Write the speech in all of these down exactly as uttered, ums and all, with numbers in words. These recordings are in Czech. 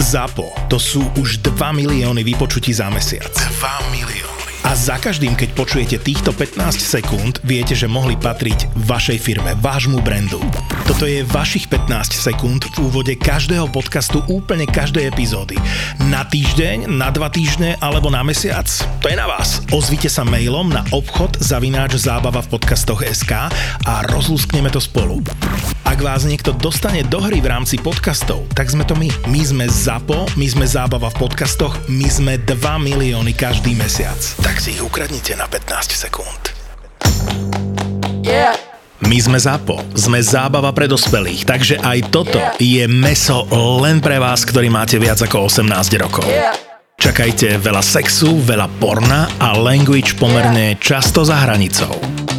ZAPO, to sú už dva milióny vypočutí za mesiac. dva milióny. A za každým, keď počujete týchto pätnásť sekúnd, viete, že mohli patriť vašej firme, vášmu brandu. Toto je vašich pätnásť sekúnd v úvode každého podcastu úplne každej epizódy. Na týždeň, na dva týždne alebo na mesiac? To je na vás. Ozvite sa mailom na obchod zavináč zábava v podcastoch bodka es ká a rozlúskneme to spolu. Ak vás niekto dostane do hry v rámci podcastov, tak sme to my. My sme ZAPO, my sme Zábava v podcastoch, my sme dva milióny každý mesiac. Tak si ich ukradnite na pätnásť sekúnd. Yeah. My sme ZAPO, sme zábava pre dospelých, takže aj toto je mäso len pre vás, ktorí máte viac ako osemnásť rokov. Čakajte veľa sexu, veľa porna a language pomerne často za hranicou.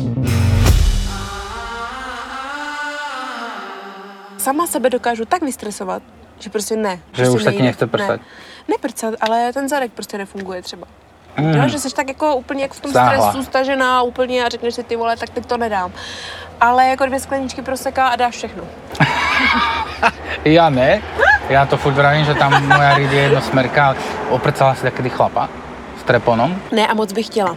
Sama sebe dokážu tak vystresovat, že prostě ne. Že prostě už se ti nechce prcat. Ne. Neprcat, ale ten zadek prostě nefunguje třeba. Mm. Jo, že jsi tak jako úplně jak v tom Stáhla. stresu stažená úplně a řekneš si ty vole, tak teď to nedám. Ale jako dvě skleničky proseká a dáš všechno. Ja ne. Ja to furt vravím, že tam moja rýď je jednosmerka, ale oprcala si takedy chlapa s treponom. Ne a moc bych chtěla.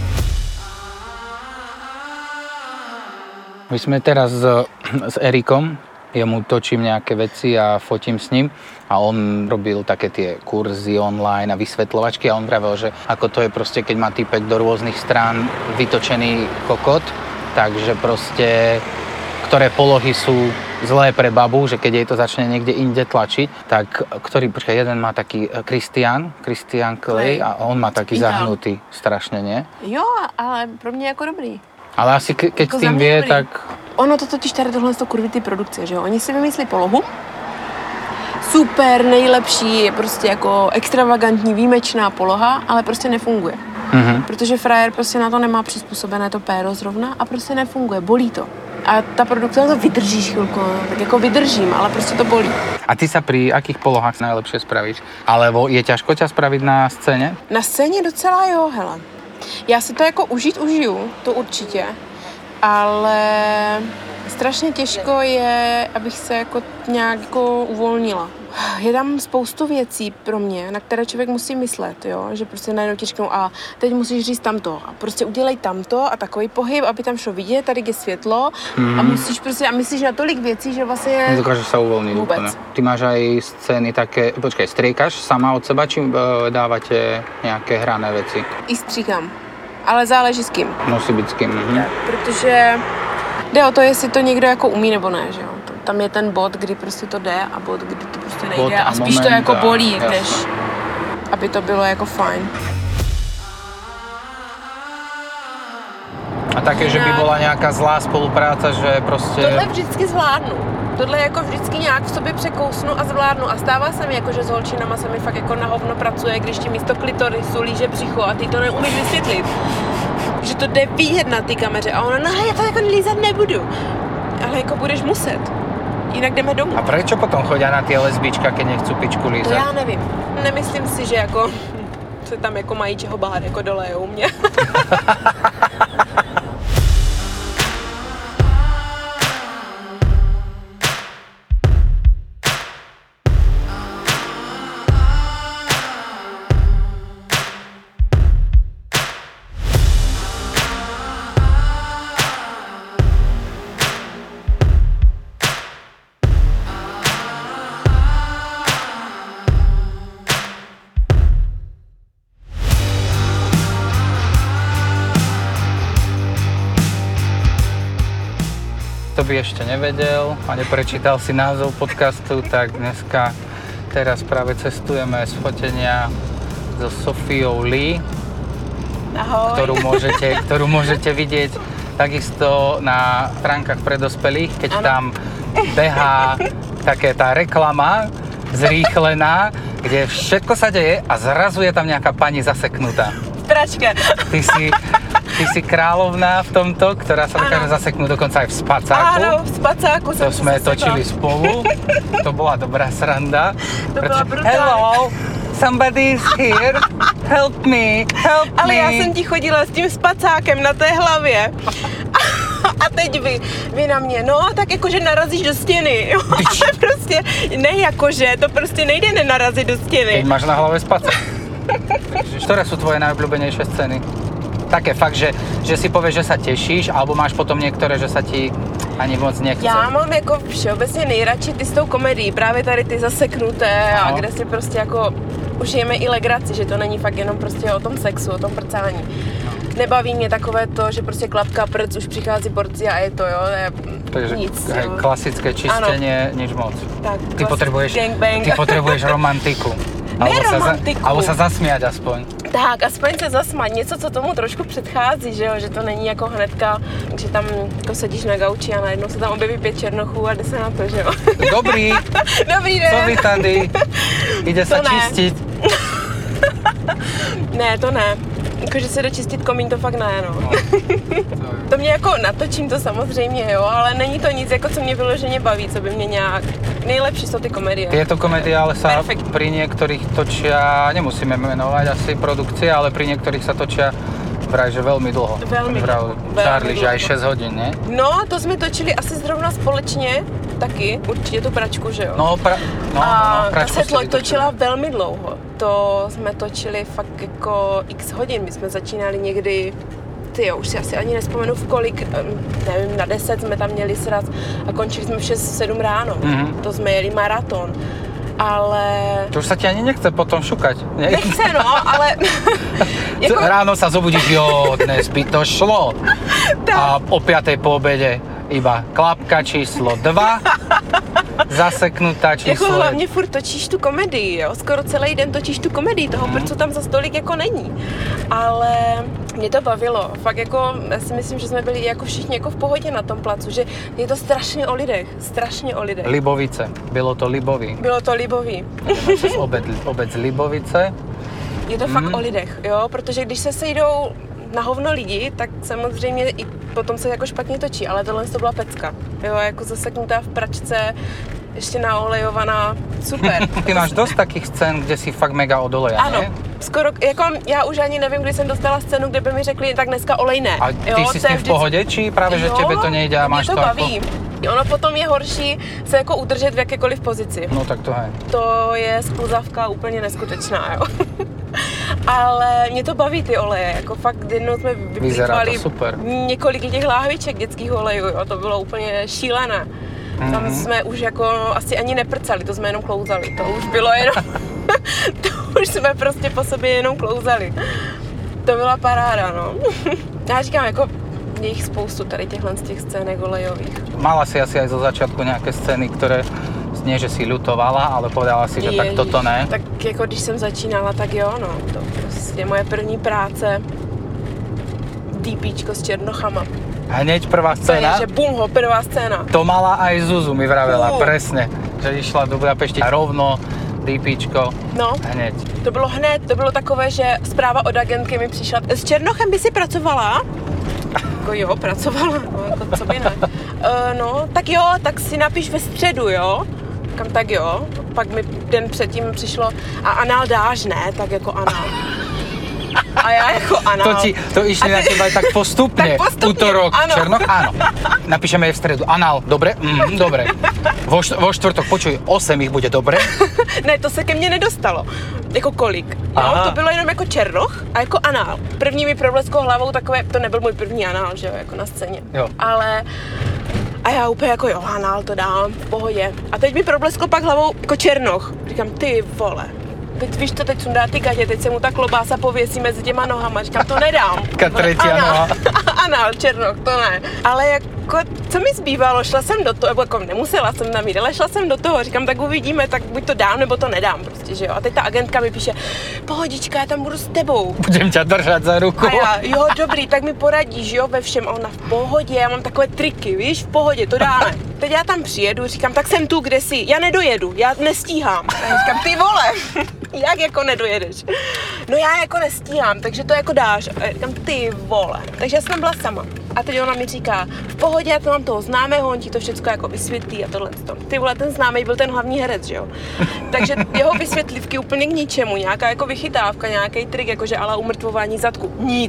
My sme teraz s, s Erikom, jemu točím nejaké veci a fotím s ním a on robil také tie kurzy online a vysvetľovačky a on vravel, že ako to je proste, keď má týpek do rôznych strán vytočený kokot, takže proste ktoré polohy sú zlé pre babu, že keď jej to začne niekde inde tlačiť, tak ktorý, počkaj, jeden má taký Christian, Christian Clay a on má taký Spíhal. zahnutý strašne, nie? Jo, ale pro mě jako dobrý. Ale asi ke, keď Jako s tým za mě vie, dobrý. tak... Ono to totiž tady tohle to kurvy ty produkce, že jo? Oni si vymyslí polohu, super, nejlepší, je prostě jako extravagantní, výjimečná poloha, ale prostě nefunguje. Mhm. Protože frajer prostě na to nemá přizpůsobené to péro zrovna a prostě nefunguje, bolí to. A ta produkce to vydržíš chvilku, no, tak jako vydržím, ale prostě to bolí. A ty sa pri akých polohách najlepšie spravíš? Alebo je ťažko ťa spraviť na scéně? Na scéně docela jo, hele. Já si to jako užít užiju, to určitě, ale strašně těžko je, abych se jako nějak jako uvolnila. Je tam spoustu věcí pro mě, na které člověk musí myslet, jo? Že prostě najednou ti řeknou a teď musíš říct tamto a prostě udělej tamto a takový pohyb, aby tam šlo vidět, tady je světlo mm. a musíš prostě a myslíš na tolik věcí, že vlastně Nedokážeš sa uvoľniť Vôbec. úplne. Ty máš aj scény také, počkaj, striekaš sama od seba, či e, dávate nejaké hrané veci? i stříkám, ale záleží s kým. Musí byť s kým. Mhm. Protože jde o to, jestli to někdo jako umí nebo ne, že jo. Tam je ten bod, kdy prostě to jde a bod, kdy to prostě nejde Bod a, a spíš to moment jako a- bolí, jasno. než aby to bylo jako fajn. A také, že by bola nejaká zlá spolupráca, že proste... Tohle vždycky zvládnu. Tohle jako vždycky nějak v sobě překousnu a zvládnu. A stává se mi jako, že s holčinama se mi fakt jako na hovno pracuje, když ti místo klitorisu líže břicho a ty to neumíš vysvětlit. Že to jde vidět na té kameře a ona, no já to jako lízat nebudu. Ale jako budeš muset. Jinak jdeme domů. A prečo potom chodia na tie lesbička, keď nechcú pičku To lízať? já nevím. Nemyslím si, že jako se tam jako mají čeho bát, jako dole u mě. Kto by ešte nevedel a neprečítal si názov podcastu, tak dneska teraz práve cestujeme z fotenia so Sofiou Lee, Ahoj. ktorú môžete, ktorú môžete vidieť takisto na stránkach pre dospelých, keď Ano. tam behá také tá reklama zrýchlená, kde všetko sa deje a zrazu je tam nejaká pani zaseknutá. Pračka. Ty si, ty si kráľovná v tomto, ktorá sa dokáže zaseknúť dokonca aj v spacáku. Áno, v spacáku To som sme sa točili zasekla. spolu. To bola dobrá sranda. To bola brutálna. Hello, somebody is here. Help me, help Ale me. já jsem ti chodila s tím spacákem na té hlavě. A teď vy, vy na mě, no tak jakože narazíš do stěny, jo. Ale prostě, ne jakože, to prostě nejde nenarazit do stěny. Teď máš na hlave space. Ktoré sú tvoje najobľúbenejšie scény? Také fakt, že, že si povieš, že sa tešíš, alebo máš potom niektoré, že sa ti ani moc nechce? Já mám jako všeobecně nejradši ty s tou komedií, právě tady ty zaseknuté a kde si prostě jako užijeme i legraci, že to není fakt jenom prostě o tom sexu, o tom prcání. Nebaví mě takové to, že prostě klapka, prc, už přichází porcia a je to, jo, je Takže nic. hej, Jo. klasické čistenie, nič moc. Tak, Ty potrebuješ, gangbang. ty potrebuješ romantiku. Ne Alebo sa, romantiku. za, alebo sa zasmiať aspoň. Tak, aspoň se zasmať, něco, co tomu trošku předchází, že jo, že to není jako hnedka, že tam jako sedíš na gauči a najednou se tam objeví pět černochů a jde se na to, že jo. Dobrý, Dobrý den. co vy tady? Ide sa To ne. čistiť. Ne, to ne. Jakože se dočistit komín, to fakt ne, no. To mě jako natočím to samozřejmě, jo, ale není to nic, jako co mě vyloženě baví, co by mě nějak... Nejlepší jsou ty komedie. Tieto komédie ale sa Perfect. pri niektorých točia, nemusíme menovať asi produkcie, ale pri niektorých sa točia vraj, že veľmi dlho. Velmi Vraj, dlouho, Charlie, velmi že aj dlouho. šesť hodín, ne? No, to jsme točili asi zrovna společně, taky, určitě tu pračku, že jo. No, pra, no, a no, pračku ta se ste vytočili. točila velmi dlouho. To jsme točili fakt jako x hodin. My jsme začínali někdy, tyjo, už si asi ani nespomenu v kolik, em, nevím, na deset jsme tam měli sraz a končili jsme v šest sedm ráno. Mhm. To jsme jeli maraton. Ale... To už sa ti ani nechce potom šukať, ne? Nechce, no, ale... Co- Ráno sa zobudíš, jo, dnes by to šlo. A o piatej po obede iba klapka číslo dva, zaseknutá Jako číslo... hlavně furt točíš tu komedii, jo? Skoro celý den točíš tu komedii, toho prcu tam za stolik jako není. Ale mě to bavilo, fakt jako, já si myslím, že jsme byli jako všichni jako v pohodě na tom placu, že je to strašně o lidech, strašně o lidech. Libovice, bylo to Liboví. Bylo to libový. Přes obec, obec Libovice. Je to fakt Mm. o lidech, jo, protože když se sejdou na hovno lidi, tak samozřejmě i potom se jako špatně točí, ale tohle to byla pecka, jo, jako zaseknutá v pračce, ještě naolejovaná, super. Ty máš dost takých scén, kde si fakt mega od oleja, Ano, ne? skoro, jako já už ani nevím, kdy jsem dostala scénu, kde by mi řekli, tak dneska olej ne. A ty jo, si s to je tím v pohodě, či právě, že tebe to nejde a máš mě to, to jako... baví. Ono potom je horší se jako udržet v jakékoliv pozici. No tak to je. To je skluzavka úplně neskutečná, jo. Ale mě to baví ty oleje, jako fakt jednou jsme Vyzerá to vyplýtvali super. několik těch láhviček dětských olejů, jo, to bylo úplně šílené. Tam Mhm. jsme už jako asi ani neprcali, to jsme jenom klouzali, to už bylo jenom, to už jsme prostě po sobě jenom klouzali. To byla paráda, no. Já říkám, jako je jich spoustu tady těchhle z těch scének olejových. Mala si asi aj zo začiatku nejaké scény, ktoré nie, že si ľutovala, ale povedala si, že tak Ježiš, toto ne. Tak jako když jsem začínala, tak jo, no, to prostě moje první práce, DPčko s černochama. Hneď prvá To je, scéna, že bum, ho, prvá scéna. to mala aj Zuzu, mi vravela, Fú. presne. Že išla do Budapešti a rovno DPčko, No, hneď. to bylo hned, to bylo takové, že zpráva od agentky mi přišla. S Černochem by si pracovala? Jako jo, pracovala, no, jako co by ne. Uh, no, tak jo, tak si napiš ve středu, jo? Kam tak jo, pak mi den předtím přišlo a anál dáš, ne? Tak jako anál. A já jako anál. To, ti, to išli na teba tak postupne. Tak postupne, Útorok, áno. Černoch, áno. Napíšeme jej v stredu. Anál, dobre? Mm, dobre. Vo, št- vo štvrtok, počuj, osem ich bude dobre. Ne, to se ke mně nedostalo. Jako kolik. Jo, Aha. to bylo jenom jako černoch a jako anál. První mi problesklo hlavou takové, to nebyl můj první anál, že jo, jako na scéně. Jo. Ale a já úplně jako jo, anál to dám, v pohodě. A teď mi problesklo pak hlavou jako černoch. Říkám, ty vole. Teď víš to, teď sundá ty Katě, teď se mu ta klobása pověsí mezi těma nohama. Říkám, to nedám. Taká tretia Anál. noha. Anál, černoch, to ne. Ale jako, co mi zbývalo, šla jsem do toho, jako nemusela jsem tam jít, ale šla jsem do toho, říkám, tak uvidíme, tak buď to dám, nebo to nedám prostě, že jo. A teď ta agentka mi píše, pohodička, já tam budu s tebou. Budem ťa držať za ruku. A já, jo, dobrý, tak mi poradíš, jo, ve všem. A ona v pohodě, já mám takové triky, víš, v pohodě, to dáme. Teď já tam přijedu, říkám, tak jsem tu, kde jsi, já nedojedu, já nestíhám. A já říkám, ty vole, jak jako nedojedeš? No já jako nestíhám, takže to jako dáš. A já říkám, ty vole. Takže já jsem tam byla sama. A teď ona mi říká, v pohodě, já to mám toho známého, on ti to všechno jako vysvětlí a tohle. Ty vole, ten známý byl ten hlavní herec, že jo? Takže jeho vysvětlivky úplně k ničemu, nějaká jako vychytávka, nějaký trik, jakože ala umrtvování zadku. Nic.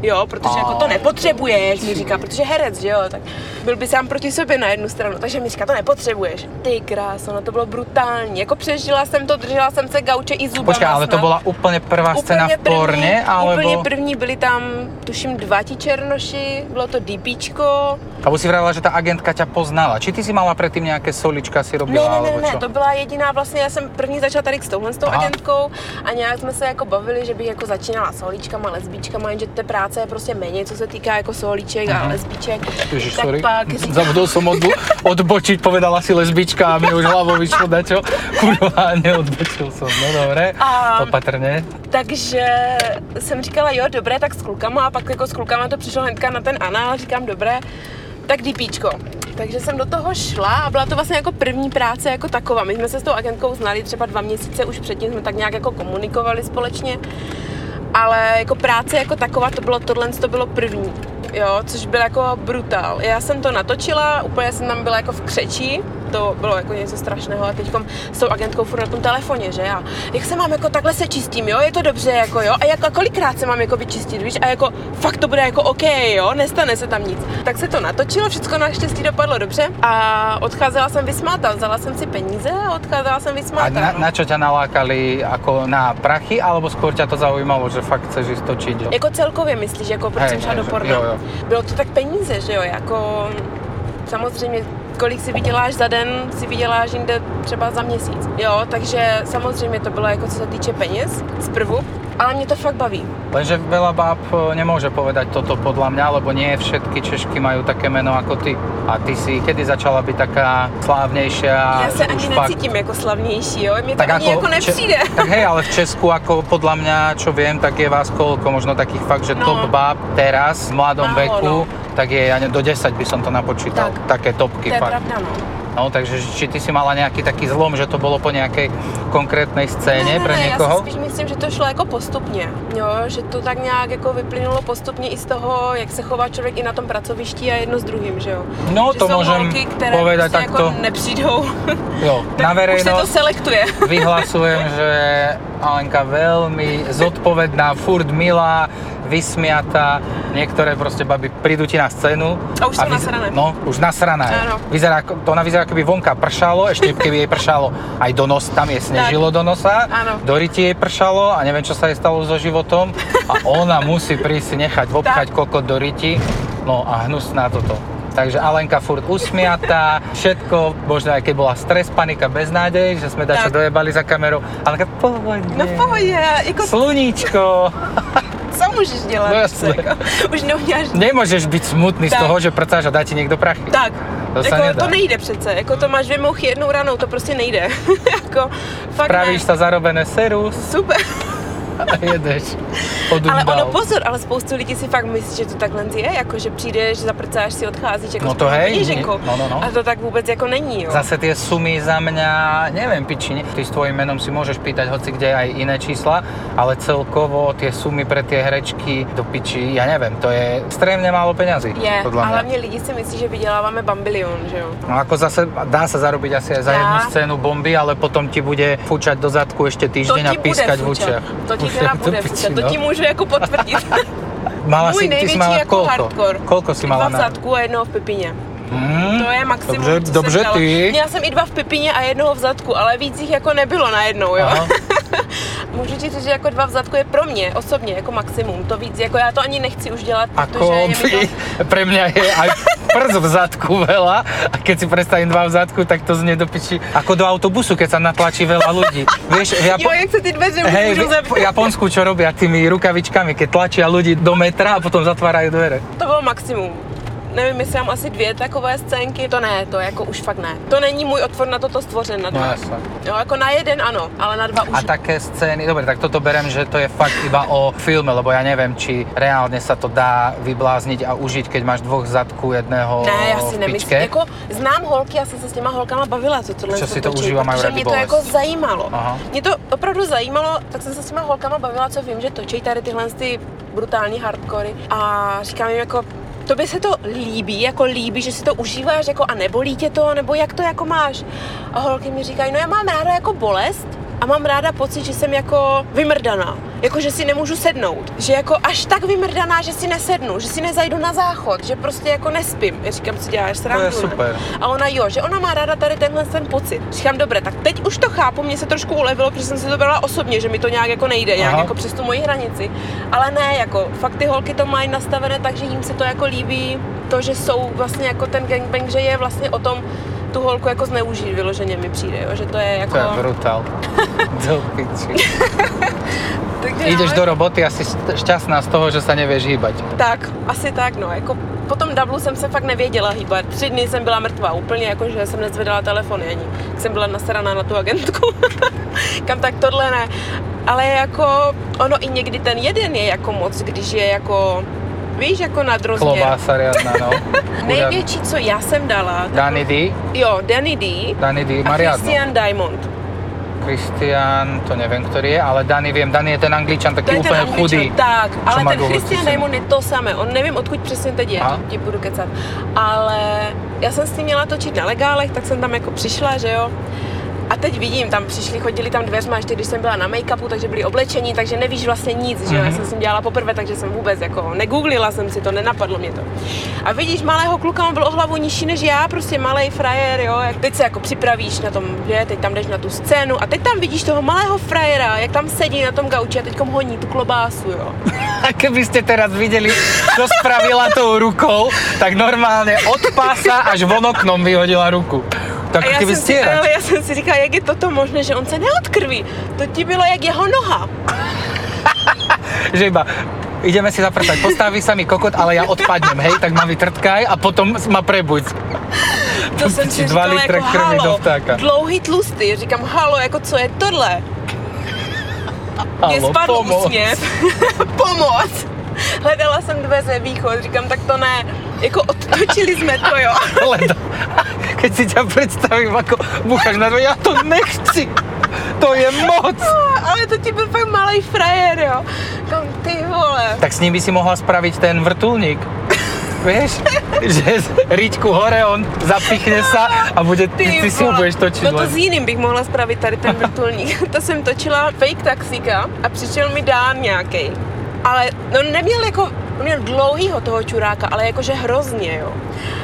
jo, protože jako to nepotřebuješ, mi říká, protože herec, že jo, tak byl by sám proti sobě na jednu stranu, takže mi říká, to nepotřebuješ. Ty kráso, no to bylo brutální, jako přežila jsem to, držela jsem se gauče i zubama. Počkej, ale to byla úplně prvá scéna v porně, alebo? Úplně první, byli tam, tuším, dva ti černoši, bylo to DPčko. A si vravila, že ta agentka ťa poznala. Či ty si mala predtým nějaké solička si robila, ne, ne, alebo ne, čo? Ne, to byla jediná, vlastně já jsem první začala tady s touhle s tou agentkou a nějak jsme se jako bavili, že bych jako začínala s holíčkama, lesbíčkama, jenže té práce je prostě méně, co se týká jako solíček a lesbíček. Ježiš, tak sorry. pak říkám... Zabudol som odbo- odbočiť, povedala si lesbička a mi už hlavou vyšlo dačo. Kurva, neodbočil som, no dobré, a... opatrně. Takže jsem říkala, jo, dobré, tak s klukama a pak jako s klukama to přišlo hnedka na ten anál, říkám, dobré, tak DPčko. Takže jsem do toho šla a byla to vlastně jako první práce jako taková. My jsme se s tou agentkou znali třeba dva měsíce už předtím, jsme tak nějak jako komunikovali společně, ale jako práce jako taková, to bylo tohle, to bylo první, jo, což byl jako brutál. Já jsem to natočila, úplně jsem tam byla jako v křeči, to bylo jako něco strašného a teďkom s tou agentkou furt na tom telefoně, že já, jak se mám jako takhle se čistím, jo, je to dobře, jako jo, a jak, a kolikrát se mám jako vyčistit, víš, a jako fakt to bude jako OK, jo, nestane se tam nic. Tak se to natočilo, všechno naštěstí dopadlo dobře a odcházela jsem vysmátá, vzala jsem si peníze a odcházela jsem vysmátá. A na, na čo ťa nalákali, jako na prachy, alebo skôr ťa to zaujímalo, že fakt chceš ísť točiť? Jo? Jako celkově myslíš, jako proč jsem šla do porna? Jo, jo. Bylo to tak peníze, že jo, jako samozřejmě kolik si vyděláš za den, si vyděláš jinde třeba za měsíc, jo, takže samozřejmě to bylo jako co se týče peněz zprvu, ale mě to fakt baví. Lenže veľa báb nemôže povedať toto podľa mňa, lebo nie všetky Češky majú také meno ako ty. A ty si kedy začala byť taká slávnejšia? Já se ani fakt... necítím jako slavnější, jo, mě to tak ani jako nepřijde. Če... Tak hej, ale v Česku, ako podľa mňa, čo viem, tak je vás koľko, možno takých fakt, že no. top báb teraz, v mladom Málo, veku, no. tak je, ja ne, do desať by som to napočítal, tak, také topky to je fakt. pravda, no. No, takže či ty si mala nějaký taký zlom, že to bylo po nějaké konkrétnej scéně ne, ne, pro ne, někoho? Já si spíš myslím, že to šlo jako postupně, jo, že to tak nějak jako vyplynulo postupně i z toho, jak se chová člověk i na tom pracovišti a jedno s druhým, že jo. No, že to jsou můžem holky, které povedať prostě takto. jako nepřijdou. Jo, na verejnosť už se to selektuje. Vyhlasujem, že Alenka veľmi zodpovedná, furt milá, vysmiatá. Niektoré proste baby prídu ti na scénu. A už sú vyz... nasrané. No, už nasrané. Áno. Vyzerá, to ona vyzerá, keby vonka pršalo, ešte keby jej pršalo aj do nos, tam je snežilo tak. Do nosa. Áno. Do ryti jej pršalo a neviem, čo sa jej stalo so životom. A ona musí prísť si nechať vopchať kokot do ryti. No a hnusná toto. Takže Alenka furt usmiatá, všetko, možno aj keď bola stres, panika, beznádej, že sme dačo dojebali za kamerou. Alenka, pohodne. No pohodě, jako... Sluníčko. Co můžeš dělat? No jako, už neuděláš... Nemůžeš být smutný tak. Z toho, že pracáš a dá ti někdo prachy. Tak, to, jako, to nejde přece, jako to máš dvě mouchy jednou ranou, to prostě nejde. Jako, fakt spravíš ne. sa zarobené serus. Super. A jedeš. Ale ono pozor, ale spoustu lidí si fakt myslí, že to takhle je, jako že přijdeš, zaprcáš si, odcházíš jako no to hej, no, no, no. A to tak vůbec jako není, jo. Zase tie sumy za mňa, neviem piči, ty s tvojím menom si môžeš pýtať hoci kde aj iné čísla, ale celkovo tie sumy pre tie herečky do piči, ja neviem, to je extrémne málo peňazí. Je, podľa mňa. a hlavně lidi si myslí, že vyděláváme bambilion, že jo. No ako zase dá sa zarobiť asi aj za dá. jednu scénu bomby, ale potom ti bude fučať do zadku ešte týždeň a pískať v učiach. To ti teda bude fučat, to ti můžu jako potvrdit. Mala Můj si, ty si mala jako koľko? hardcore. Koľko si mala Dva v zadku a jednoho v pipině. Hmm, to je maximum, dobře, co dobře jsem dala. ty. Měla jsem i dva v pipině a jednoho v zadku, ale víc jich jako nebylo najednou, jo. Můžu ti říct, že jako dva v zadku je pro mě osobně jako maximum. To víc, jako já to ani nechci už dělat, ako protože je mi to... Pre mňa je aj prst v zadku veľa a keď si predstavím dva v zadku, tak to znie do piči ako do autobusu, keď sa natlačí veľa ľudí. Vieš, v Japo... Jo, jak se ty dveře hey, můžu v Japonsku čo robia tými rukavičkami, keď tlačia ľudí do metra a potom zatvárajú dvere. To bylo maximum. Nevím, jestli mám asi dvě takové scénky, to ne, to jako už fakt ne. To není můj otvor na toto stvořen, na dva. No jasne. Jo, jako na jeden ano, ale na dva už. A také scény, dobre, tak toto berem, že to je fakt iba o filme, lebo ja neviem, či reálne sa to dá vyblázniť a užiť, keď máš dvoch v zadku, jedného ne, já si v nemyslím. pičke. Jako znám holky, já jsem se s těma holkama bavila, co tohle čo si to točí, užíva, majú protože radi mě to bolest. jako zajímalo. Aha. Mě to opravdu zajímalo, tak jsem se s těma holkama bavila, co vím, že točí tady tyhle ty brutální hardcory a říkám jim jako, tobě se to líbí, jako líbí, že si to užíváš, jako a nebolí tě to, nebo jak to jako máš? A holky mi říkají, no já mám ráda jako bolest, a mám ráda pocit, že jsem jako vymrdaná. Jako, že si nemůžu sednout. Že jako až tak vymrdaná, že si nesednu, že si nezajdu na záchod, že prostě jako nespím. Já říkám, co děláš, srandu, to je super. A ona jo, že ona má ráda tady tenhle ten pocit. Říkám, dobré, tak teď už to chápu, mě se trošku ulevilo, protože jsem si to brala osobně, že mi to nějak jako nejde, nějak jako přes tu moji hranici. Ale ne, jako fakt ty holky to mají nastavené tak, že jim se to jako líbí, to, že jsou vlastně jako ten gangbang, že je vlastně o tom tu holku jako zneužít vyloženě mi přijde, jo, že to je jako... To je brutál. Do piči. Takže Ideš ale... do roboty a si šťastná z toho, že sa nevieš hýbať. Tak, asi tak, no, jako po tom dublu jsem se fakt nevěděla hýbat. Tři dny jsem byla mrtvá úplně, jako že jsem nezvedala telefony ani. Jsem byla nasraná na tu agentku. Kam tak tohle ne. Ale jako, ono i někdy ten jeden je jako moc, když je jako, víš, jako nadrozměr. Klobása riadna, no. Největší, co já jsem dala. Danny D? Jo, Danny D. Danny D a má riadno. Christian Diamond. Christian, to neviem, ktorý je, ale Danny viem, Danny je ten Angličan, taký To je úplne ten chudý. Tak, ale ten go Christian Diamond je to samé, on nevím, odkud přesně teď je, Aha. ti budu kecat, ale já jsem s ním měla točit na legálech, tak jsem tam jako přišla, že jo. A teď vidím, tam přišli, chodili tam dveřma, ještě když jsem byla na make-upu, takže byli oblečení, takže nevíš vlastně nic, že jo. Mm-hmm. Já jsem s tím dělala poprvé, takže jsem vůbec jako negooglila jsem si to, nenapadlo mě to. A vidíš malého kluka, on byl o hlavu nižší než já, prostě malej frajer, jo. Jak teď se jako připravíš na tom, že teď tam jdeš na tu scénu a teď tam vidíš toho malého frajera, jak tam sedí na tom gauči a teďkom honí tu klobásu, jo. A keby ste teraz videli, čo spravila tou rukou, tak normálne od pása až von oknom vyhodila ruku. Tak a já keby jsem, si, stierať. ale já jsem si říkala, jak je toto možné, že on se neodkrví. To ti bylo jak jeho noha. Že iba ideme si zaprtať, postaví sa mi kokot, ale ja odpadnem, hej, tak ma vytrtkaj a potom ma prebuď. To jsem si dva říkala litre jako krvi do halo, vtáka. dlouhý tlustý. Říkám, halo, jako co je tohle? Mně Halo, spadl pomoc. úsměv. Pomoc. Hledala jsem dveře, východ, říkám, tak to ne. Jako odtočili jsme to, jo. Leda. Keď si ťa predstavím, ako búchaš na dvoje, ja to nechci. To je moc. Ale to ti byl fakt malej frajer, jo. Kam ty vole. Tak s ním by si mohla spraviť ten vrtuľník. Vieš, že z riťku hore on zapichne sa a bude, ty, ty si ho budeš točiť. No to s jiným bych mohla spravit tady ten vrtulník. To jsem točila fake taxíka a přišel mi dán nějakej. Ale no neměl jako, on měl dlouhýho toho čuráka, ale jakože hrozně, jo.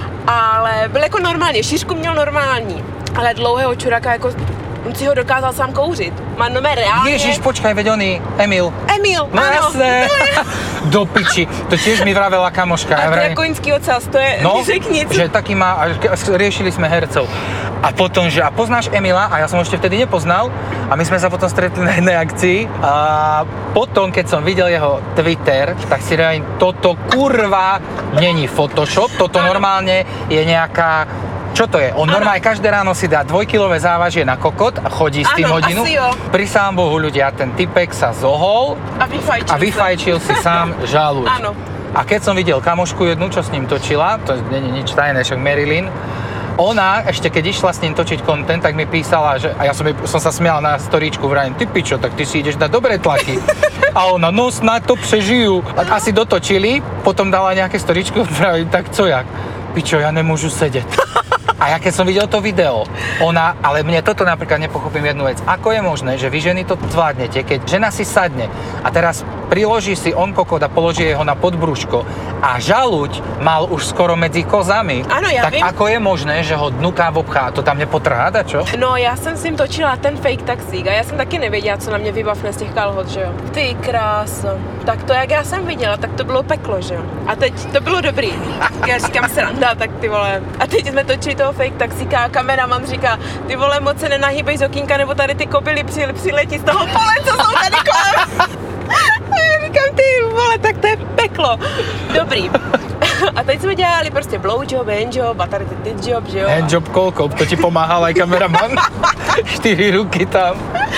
Ale byl jako normálně, šířku měl normální, ale dlouhého čuráka jako, on si ho dokázal sám kouřit. Má nové reálně. Ježiš, počkaj, veď oný, Emil. Emil, No ano. jasné. Do piči. To tiež mi vravela kamoška. A to je koňský ocas, to je, no, řekni, co? že taký má, a riešili sme hercov. A potom, že a poznáš Emila? A ja som ho ešte vtedy nepoznal. A my sme sa potom stretli na jednej akcii. A potom, keď som videl jeho Twitter, tak si reálne, toto kurva není Photoshop, toto normálne je nejaká. Čo to je? On ano. Normálne každé ráno si dá dvojkilové závažie na kokot a chodí s tým ano, hodinu. Asi jo. Pri sám Bohu ľudia, ten typek sa zohol A vyfajčil, a vyfajčil si sám žaluď. Áno. A keď som videl kamošku jednu, čo s ním točila, to nie je nič tajné, však Marilyn, ona ešte keď išla s ním točiť content, tak mi písala, že, a ja som, som sa smial na storíčku, vrajím, ty pičo, tak ty si ideš dať dobré tlaky. A ona, no snad to prežijú. A asi dotočili, potom dala nejaké storíčko, vrajím, tak co jak? Pičo, ja nemôžu sedieť. A ja keď som videl to video, ona, ale mne toto napríklad nepochopím jednu vec. Ako je možné, že vy ženy to zvládnete, keď žena si sadne a teraz priloží si on kokot a položí ho na podbrúško a žaluď mal už skoro medzi kozami, Ano, já tak vím. ako je možné, že ho dnuká v obchá, to tam nepotrhá, čo? No, já jsem s ním točila ten fake taxík a já jsem taky nevěděla, co na mě vybavne z těch kalhot, že jo. Ty kráso. Tak to, jak já jsem viděla, tak to bylo peklo, že jo. A teď to bylo dobrý. Já říkám sranda, tak ty vole. A teď jsme točili toho fake taxíka a kameraman říká, ty vole, moc se nenahýbej z okýnka, nebo tady ty kobily při, přiletí z toho pole, co jsou tady kolem. A já říkám, ty vole, tak to je peklo. Dobrý. A teď jsme dělali prostě blowjob, handjob a tady ty titjob, že jo. Handjob koľko? To ti pomáhal aj kameraman? Štyri ruky tam.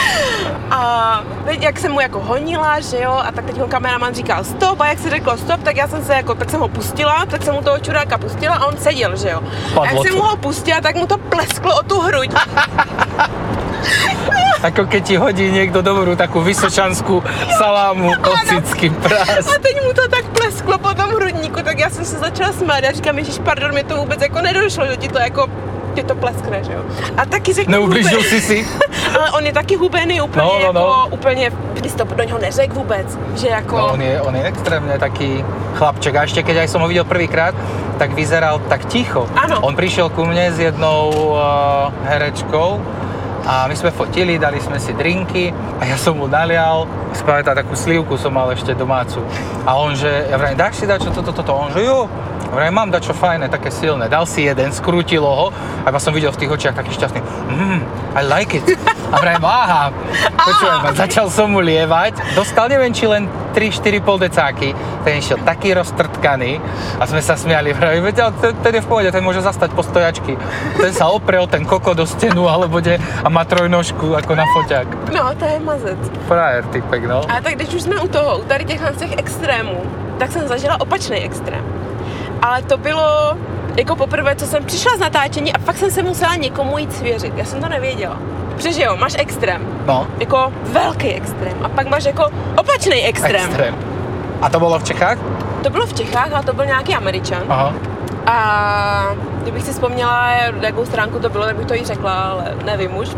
A teď jak jsem mu jako honila, že jo, a tak teď ho kameraman říkal stop a jak se řeklo stop, tak já jsem se jako, tak jsem ho pustila, tak jsem mu toho čuráka pustila a on seděl, že jo. A jak jsem mu ho pustila, tak mu to plesklo o tu hruď. Ako keď ti hodí niekto dobrú takú vysočanskú salámu, ocický prás. A teď mu to tak plesklo po tom hrudníku, tak já jsem se začala smát a říkám, ježiš, pardon, mi to vůbec jako nedošlo, že ti to jako ti to pleskne, že jo. A taky řekl... Neublížil si si? Ale on je taky hubený úplně, no, no, jako no. úplně, ty to do něho neřekl vůbec, že jako... No, on je, on je extrémne taký chlapček a ešte keď aj som ho videl prvýkrát, tak vyzeral tak ticho. Áno. On prišiel ku mne s jednou uh, herečkou a my sme fotili, dali sme si drinky a ja som mu nalial, spamätá takú slivku som mal ešte domácu. A on že, ja vrajím, dáš si dať čo toto, toto, on že jo. Vrajím, mám dačo fajné, také silné. Dal si jeden, skrútilo ho a iba som videl v tých očiach taký šťastný. Mmm, I like it. A vrajím, aha, počujem, začal som mu lievať. Dostal neviem, či len tri štyri pol decáky. Ten išiel taký roztrtkaný a sme sa smiali. Vrajím, veď, ale ten, ten je v pohode, ten môže zastať po stojačky. Ten sa oprel, ten koko do stenu alebo de, a má trojnožku ako na foťák. No, to je mazec. Frajer, typek, no. A tak když už jsme u toho, u tady těchhle z těch extrémů, tak jsem zažila opačný extrém. Ale to bylo jako poprvé, co jsem přišla z natáčení a fakt jsem se musela někomu jít svěřit. Já jsem to nevěděla. Protože jo, máš extrém. No. Jako velký extrém. A pak máš jako opačný extrém. Extrém. A to bylo v Čechách? To bylo v Čechách, ale to byl nějaký Američan. Aha. A kdybych si vzpomněla, jakou stránku to bylo, tak bych to jí řekla, ale nevím už.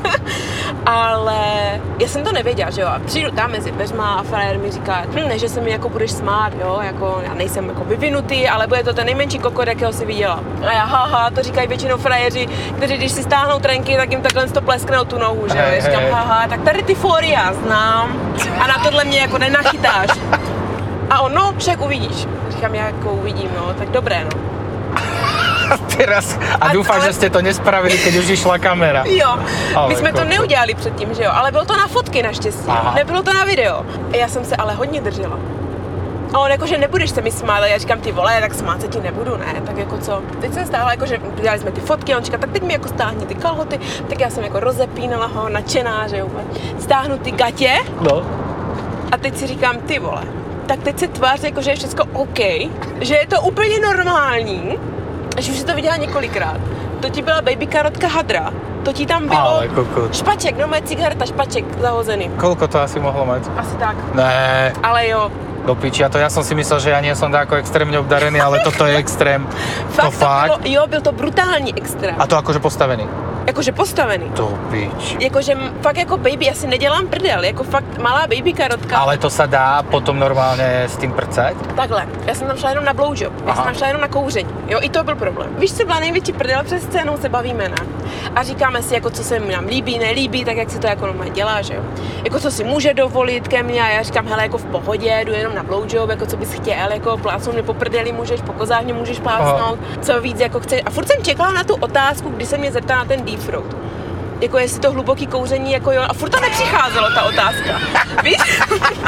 Ale já jsem to nevěděla, že jo, a přijdu tam mezi dveřma a frajer mi říká, hm, ne, že se mi jako budeš smát, jo, jako já nejsem jako vyvinutý, ale bude to ten nejmenší kokot, jakého si viděla. A já, haha, to říkají většinou frajeři, kteří když si stáhnou trenky, tak jim takhle to pleskne tu nohu, že jo, já říkám, haha, tak tady ty fóry já znám a na tohle mě jako nenachytáš. A on, no, však uvidíš. Říkám, já jako uvidím, no, tak dobré, no. Teraz, a, a dúfam, ale... že ste to nespravili, keď už išla kamera. Jo, ale my jsme koko. to neudělali předtím, že jo, ale bylo to na fotky naštěstí, Aha. nebylo to na video. A já jsem se ale hodně držela. A on jako, že nebudeš se mi smát, a já říkám, ty vole, tak smát se ti nebudu, ne, tak jako co. Teď jsem stáhla, jako, že dělali jsme ty fotky a on říká, tak teď mi jako stáhni ty kalhoty, tak já jsem jako rozepínala ho, nadšená, že jo, stáhnu ty gatě. No. A teď si říkám, ty vole, tak teď se tvář jako, že je všechno OK, že je to úplně normální, až už jsi to viděla několikrát. To ti byla baby karotka hadra, to ti tam bylo špaček, no moje cigareta, špaček zahozený. Koľko to asi mohlo mať? Asi tak. Ne. Ale jo. Do piči, a to ja som si myslel, že ja nie som tako extrémne obdarený, ale toto je extrém. Fakt to fakt? Bylo, jo, byl to brutální extrém. A to akože postavený? Jakože postavený. To pič. Jakože fakt jako baby, já si nedělám prdel, jako fakt malá baby karotka. Ale to sa dá potom normálne s tým prcať? Takhle, já jsem tam šla jenom na blowjob, já jsem tam šla jenom na kouření, jo, i to byl problém. Víš, co byla největší prdel, přes scénou se bavíme, ne? A říkáme si, jako co se mi nám líbí, nelíbí, tak jak si to jako normálně dělá, že jo. Jako co si může dovolit ke mně a já říkám, hele, jako v pohodě, jdu jenom na blowjob, jako co bys chtěl, jako plácnout mě po prdeli můžeš, po kozách mě můžeš plácnout, Aha. co víc jako chceš. A furt jsem čekala na tu otázku, kdy se mě zeptá na ten deep throat. Jako jestli to hluboký kouření, jako jo, a furt to nepřicházelo, ta otázka, víš?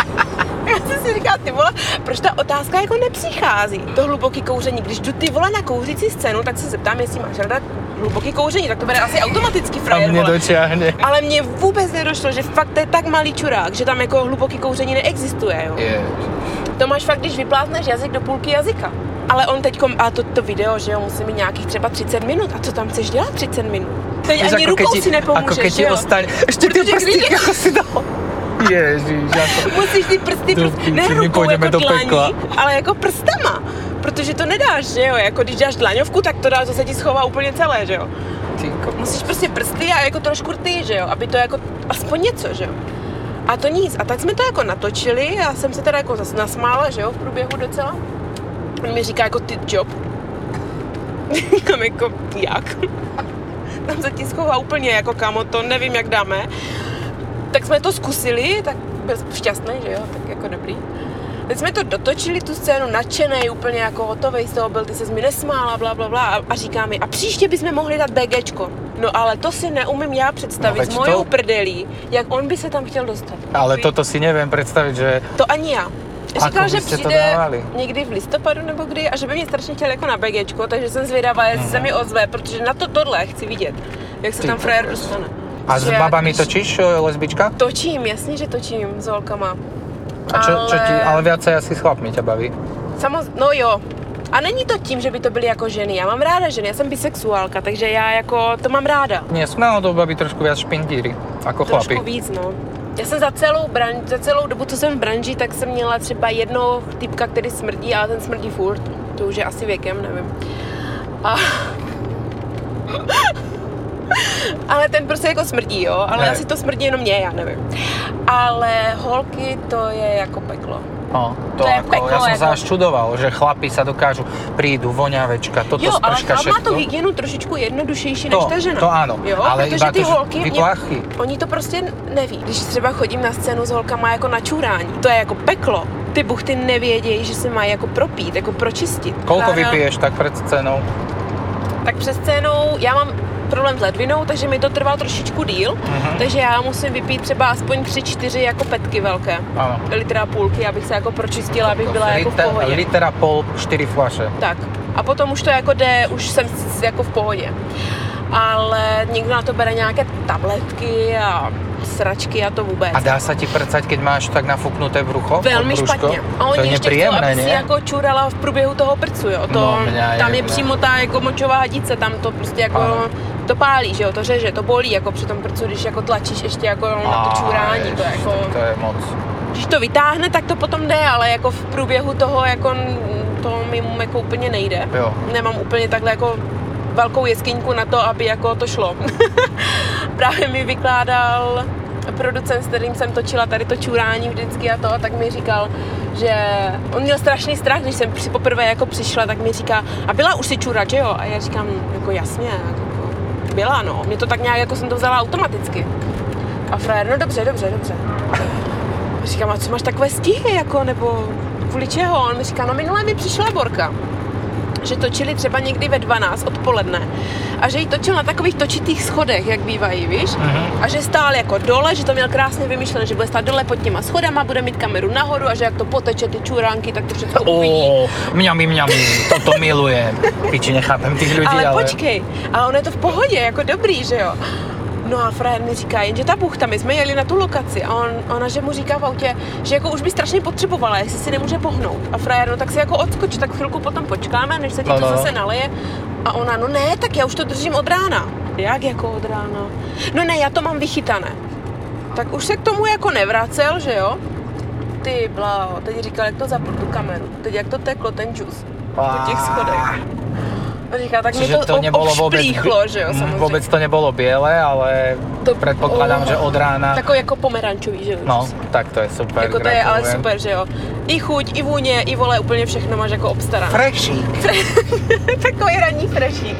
Já jsem si říkala, ty vole, proč ta otázka jako nepřichází? To hluboký kouření, když jdu ty vole na kouřící scénu, tak se zeptám, jestli máš ráda hluboký kouření, tak to bude asi automaticky frajer, a mě dočáhne. Ale mně vůbec nedošlo, že fakt to je tak malý čurák, že tam jako hluboký kouření neexistuje, jo. Je. To máš fakt, když vyplátneš jazyk do půlky jazyka. Ale on teďkom, a to, to video, že jo, musí mít nějakých třeba třicet minut. A co tam chceš dělat třicet minut? Teď ani ako rukou ti, si nepomůžeš, ako keď ti jo? ostane, ešte tie prsty, ako si dal. Ježiš, ako... Musíš ty prsty, prsty, ne rukou jako do dlaní, pekla. ale jako prstama. Protože to nedáš, že jo, jako když dáš dlaňovku, tak to dáš, to se ti schová úplně celé, že jo. Musíš prostě prsty a jako trošku rty, že jo, aby to jako aspoň něco, že jo. A to nic. A tak jsme to jako natočili, já jsem se teda jako zase nasmála, že jo, v průběhu docela. On mi říká jako ty job. Tam jako, jak? Tam se ti schová úplně jako kamo, to nevím, jak dáme. Tak jsme to zkusili, tak byl šťastný, že jo, tak jako dobrý. Teď jsme to dotočili, tu scénu, nadšenej, úplně jako hotovej z toho byl, ty ses mi nesmála, bla, bla, bla, a, a říká mi, a příště bychom mohli dát BGčko. No ale to si neumím já představit no, s mojou to... prdelí, jak on by se tam chtěl dostat. Ale toto si nevím představit, že... To ani já. Říkal, že přijde to někdy v listopadu nebo kdy a že by mě strašně chtěl jako na BGčko, takže jsem zvědavá, jestli mm. se mi ozve, protože na to tohle chci vidět, jak se Ty tam frajer dostane. A s babami když... točíš, lesbička? Točím, jasně, že točím s holkama. A čo, ale... čo ti, ale viacej asi s chlapmi ťa baví? Samoz, no jo. A není to tím, že by to byly jako ženy. Já mám ráda ženy, já jsem bisexuálka, takže já jako to mám ráda. Nie, sú náhodou baví trošku viac špindíry, ako chlapi. Trošku víc, no. Já jsem za celou, branži, za celou dobu, co jsem v branži, tak jsem měla třeba jednoho typka, který smrdí, ale ten smrdí furt. To už je asi věkem, nevím. A Ale ten prostě jako smrdí, jo, ale Ne. asi to smrdí jenom mě, já nevím. Ale holky, to je jako peklo. No, to, To je ako, peklo, ja som ako- sa až čudoval, že chlapi sa dokážu, prídu, voňavečka, toto Jo, ale sprška, chlap má všetko. tu hygienu trošičku jednodušejší To, než ta žena. to ano, jo, ale protože iba ty to, že holky, vy mě- plachy. oni to prostě neví. Když třeba chodím na scénu s holkama jako na čurání, to je jako peklo. Ty buchty nevědějí, že se mají jako propít, jako pročistit. Koľko Klára, vypiješ tak pred scénou? Tak před scénou, já mám problém s ledvinou, takže mi to trvá trošičku díl, Mhm. takže já musím vypít třeba aspoň tři čtyři jako petky velké. Áno. Litra půlky, abych se jako pročistila, abych byla jako v Liter- pohodě. Liter a pol, štyri fľaše. Tak. A potom už to jako jde, už jsem s- jako v pohodě. Ale někdo na to bere nějaké tabletky a sračky a to vůbec. A dá sa ti prcať, keď máš tak nafúknuté brucho? Velmi pod brúško? špatně. A oni To je ještě chcou, nepríjemné, aby si nie? jako čurala v průběhu toho prcu, jo. To, No, mňa tam je jebne. přímo ta jako močová hadice, tam to prostě jako, Ano. to pálí, že jo, to řeže, to bolí jako při tom prcu, když jako tlačíš ještě jako na to čurání, to je ježiš, jako, To je moc. když to vytáhne, tak to potom jde, ale jako v průběhu toho jako to mi jako úplně nejde. Jo. Nemám úplně takhle jako velkou jeskyňku na to, aby jako to šlo. Právě mi vykládal producent, s kterým jsem točila tady to čurání vždycky a to, tak mi říkal, že on měl strašný strach, když jsem si poprvé jako přišla, tak mi říká, a byla už si čurat, že jo? A já říkám, jako jasně, jako byla, no. Mě to tak nějak, jako jsem to vzala automaticky. A frajer, no dobře, dobře, dobře. A říkám, a co máš takové stihy, jako, nebo kvůli čeho? On mi říká, no minule mi přišla Borka, že točili třeba někdy ve dvanáct odpoledne a že ji točil na takových točitých schodech, jak bývají, víš? Mhm. A že stál jako dole, že to měl krásně vymyšlené, že bude stát dole pod těma schodama, bude mít kameru nahoru a že jak to poteče ty čuránky, tak to všechno uvidí. Ó, mňami, mňami, toto milujem. Piči, nechápem tých ľudí, Ale, ale... počkej, ale ono je to v pohodě, jako dobrý, že jo? No a frajer mi říká, jenže ta buchta, my jsme jeli na tu lokaci a on, ona, že mu říká v autě, že jako už by strašně potřebovala, jestli si nemůže pohnout. A frajer, no tak si jako odskoč, tak chvilku potom počkáme, než se ti No, to no. zase naleje. A ona, no ne, tak já už to držím od rána. Jak jako od rána? No ne, já to mám vychytané. Tak už se k tomu jako nevracel, že jo? Ty bláho, teď říkal, jak to zapl tu kameru, teď jak to teklo, ten džus po těch schodech. A říká, tak mi Čiže to, to nebolo vôbec, obšplíchlo, že jo, Mm, samozřejmě. vôbec to nebolo biele, ale To- predpokladám, oh. že od rána... Takový jako pomerančový, že jo? No, tak to je super, Jako to je ale gratulujem. super, že jo? I chuť, i vůně, i vole, úplně všechno máš jako obstarané. Frešík. Takový ranní frešík.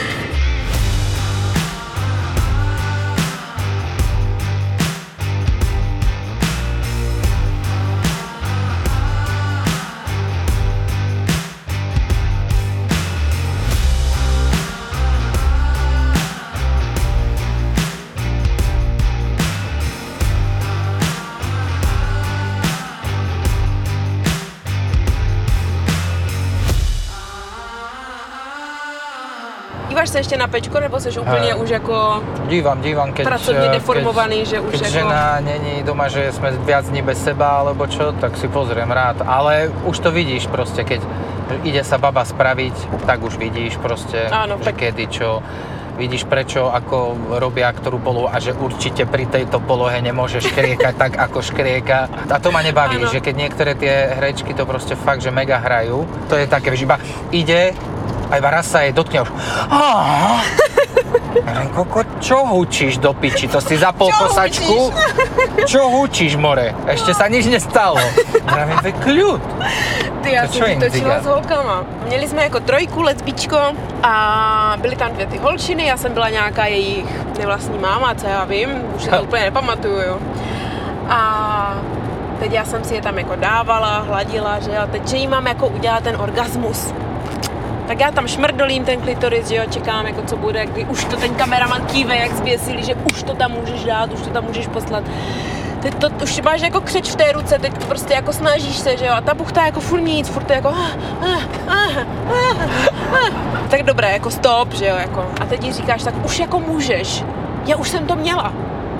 Díváš se ještě na pečko, nebo jsi úplně Eh, už jako Dívam, dívam, keď... pracovně eh, deformovaný, že už Keď jako... žena není doma, že sme viac dní bez seba, alebo čo, tak si pozriem rád. Ale už to vidíš proste, keď ide sa baba spraviť, tak už vidíš proste, Áno, že tak- kedy čo. Vidíš prečo, ako robia ktorú polohu a že určite pri tejto polohe nemôže škriekať tak, ako škrieka. A to ma nebaví, Áno. že keď niektoré tie herečky to proste fakt, že mega hrajú, to je také, že iba ide a iba raz sa jej dotkne už. Ah. Ja koko, čo hučíš do piči? To si zapol Čo kosačku? Čo hučíš, more? Ešte sa nič nestalo. Vravím, veď kľud. Ty, já To jsem čo si jim točila říká? s holkama. Měli jsme jako trojku, lesbičko a byly tam dvě ty holčiny, já jsem byla nějaká jejich nevlastní máma, co já vím, už si to úplně nepamatuju, jo. A teď já jsem si je tam jako dávala, hladila, že a teď, že jí mám jako udělat ten orgasmus. Tak já tam šmrdolím ten klitoris, že jo, čekám jako co bude, kdy už to ten kameraman kýve, jak zběsilý, že už to tam můžeš dát, už to tam můžeš poslat. Teď to už máš jako křeč v té ruce, teď prostě jako snažíš se, že jo, a ta buchta jako furt nic, furt to jako ah, ah, ah, ah, ah. Tak dobré, jako stop, že jo, jako. A teď jí říkáš, tak už jako můžeš, já už jsem to měla.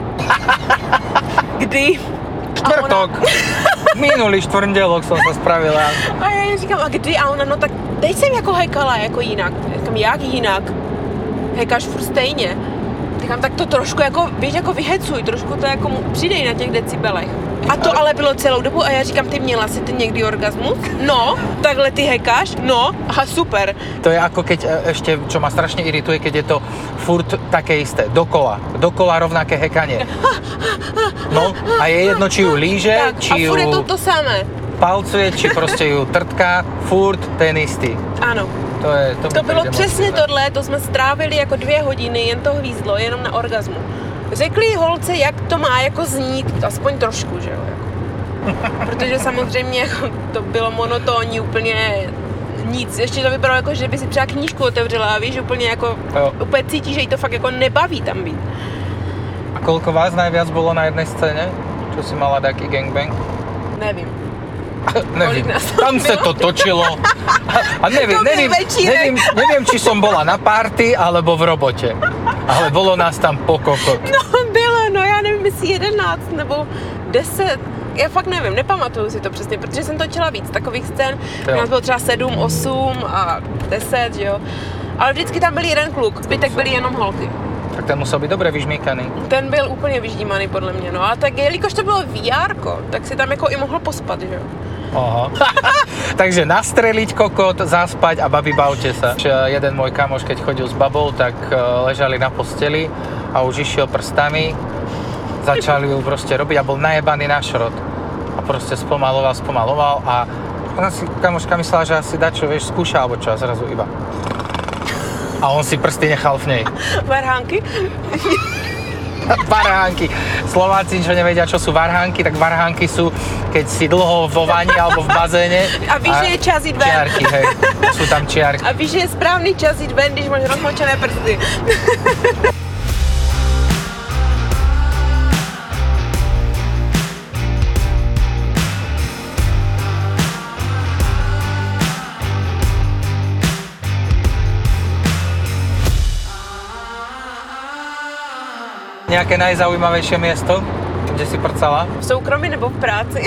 Kdy? Čtvrtok. Minulý štvrndelok som sa spravila. A já jí říkám, a kdy? A ona, no tak teď jsem jako hekala jako jinak. Já říkám, jak jinak? Hekáš furt stejně. Říkám, tak to trošku jako, víš, jako vyhecuj, trošku to jako mu- přidej na těch decibelech. A to ale bylo celou dobu a já říkám, ty měla si ty někdy orgasmus? No, takhle ty hekáš? No, aha, super. To je ako keď ešte, čo ma strašne irituje, keď je to furt také isté, dokola, dokola rovnaké hekanie. No a je jedno, či ju líže, Tak, či a ju furt je to to samé. palcuje, či prostě ju trtká, furt ten istý. Ano. To, je, to, To bylo přesně tohle, to jsme strávili jako dvě hodiny, jen to hvízdlo, jenom na orgasmu. Řekli holce, jak to má jako znít, aspoň trošku, že jo. Jako. Protože samozřejmě jako, to bylo monotónní, úplně nic. Ještě to vypadalo jako, že by si třeba knížku otevřela a víš, úplně jako, jo. úplně cítí, že jí to fakt jako nebaví tam být. A koľko vás najviac bolo na jednej scéne? Čo si mala taký gangbang? Nevím. Nevím, nás tam bylo? se to točilo a nevím, To byl nevím, večírek. nevím, nevím, či som bola na party alebo v robote, ale bolo nás tam pokokot. No bylo, no já nevím, jestli jedenáct nebo deset. Já fakt nevím, nepamatuju si to přesně, protože jsem točila víc takových scén. Jo. U nás bylo třeba sedm, osm a deset, že jo. Ale vždycky tam byl jeden kluk, zbytek byly jenom holky. Tak ten musel být dobře vyžmíkaný. Ten byl úplně vyždímaný podle mě, no a tak jelikož to bylo vé érko, tak si tam jako i mohl pospat, že jo. Aha. Takže nastreliť kokot, zaspať a babi, bavte sa. Jeden môj kamoš, keď chodil s babou, tak ležali na posteli a už išiel prstami, začali ju proste robiť a bol najebaný na šrot. A proste spomaloval, spomaloval a ona si, kamoška myslela, že asi dačo, vieš, skúša alebo čo a zrazu iba. A on si prsty nechal v nej. Varhánky? Varhánky. Slováci, čo nevedia, čo sú varhánky, tak varhánky sú, keď si dlho vo vani alebo v bazéne. A víš, že je čas jít ven. Čiarky, hej. Sú tam čiarky. A víš, že je správný čas jít ven, když máš rozmočené prsty. Nejaké najzaujímavejšie miesto, kde si prcala? V soukromí nebo v práci?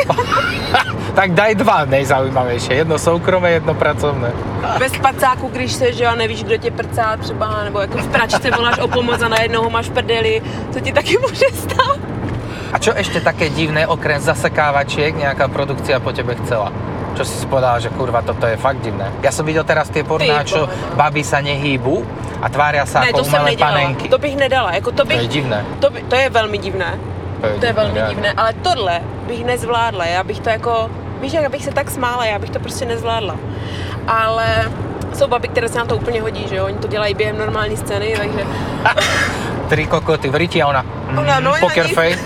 Tak daj dva nejzaujímavější. Jedno soukromé, jedno pracovné. Bez spacáku, když se, že jo, nevíš, kdo tě prcá třeba, nebo jako v pračce voláš o pomoc a najednou ho máš v prdeli, to ti taky může stát. A čo ešte také divné, okrem zasekávačiek, nejaká produkcia po tebe chcela? Čo si si povedala, že kurva, toto je fakt divné. Ja som videl teraz tie porná, čo baby sa nehýbu a tvária sa Ne, ako to jsem umelé nedělala, panenky. to bych nedala, jako to bych... To je divné. To, by, to je velmi divné, To je, to je velmi ja. divné, ale tohle bych nezvládla, já bych to jako... Víš, jak bych se tak smála, já bych to prostě nezvládla. Ale jsou baby, které se na to úplně hodí, že jo, oni to dělají během normální scény, takže... Tri kokoty v ryti a ona, mm, Ona, no, poker já face.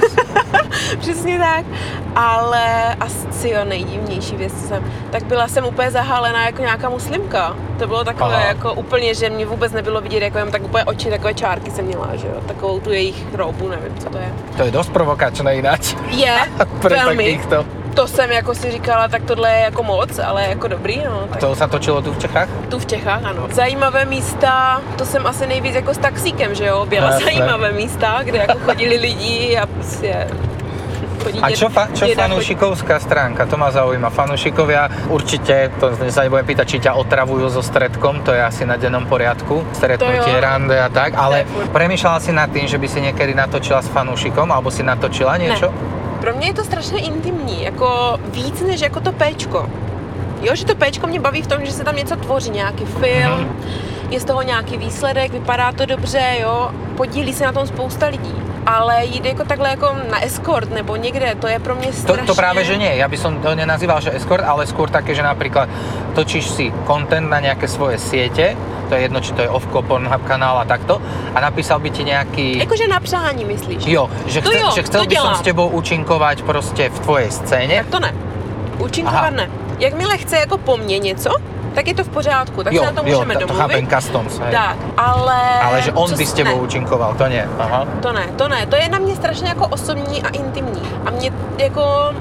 Přesně tak, ale asi jo, nejdivnější věc, co jsem, tak byla jsem úplně zahálená jako nějaká muslimka. To bylo takové Aha. jako úplně, že mě vůbec nebylo vidět, jako jen tak úplně oči, takové čárky jsem měla, že jo, takovou tu jejich roubu, nevím, co to je. To je dosť provokačné ináč. Je, Pre velmi. takýchto. To jsem jako si říkala, tak tohle je jako moc, ale jako dobrý, no. Tak To sa točilo tu v Čechách? tu v Čechách, ano. Zajímavé místa, to jsem asi nejvíc jako s taxíkem, že jo, byla No, jasné. zajímavé místa, kde jako chodili lidi a prostě... chodí A děd- čo, fa, čo děda, fanúšikovská stránka? To ma zaujíma. Fanúšikovia určite, to sa nebudem pýtať, či ťa otravujú so stredkom, to je asi na dennom poriadku, stretnutie, To jo. rande a tak, ale To je furt. premýšľala si nad tým, že by si niekedy natočila s fanúšikom, alebo si natočila niečo? Pro mě je to strašně intimní, jako víc než jako to péčko. Jo, že to péčko mě baví v tom, že se tam něco tvoří, nějaký film, mm-hmm. je z toho nějaký výsledek, vypadá to dobře, jo, podílí se na tom spousta lidí. Ale jít jako takhle jako na escort nebo někde, to je pro mě To, strašně... to práve, že nie. Ja by som to nenazýval, že escort, ale skôr také, že napríklad točíš si content na nejaké svoje siete, to je jedno, či to je Ovko, Pornhub kanál a takto, a napísal by ti nejaký... Jakože na přání, myslíš? Jo, že, To chce, jo, že chcel to by som dělám. s tebou účinkovať proste v tvojej scéne. Tak to ne. Účinkovat Aha. ne. Jakmile chce jako po mně něco, tak je to v pořádku, tak jo, se na to jo, můžeme to, to domluvit. chápem, customs, hej. Tak, ale... Ale že on co by s s- tebou ne. účinkoval, to nie. Aha. To ne, to ne, to je na mě strašně jako osobní a intimní. A mě jako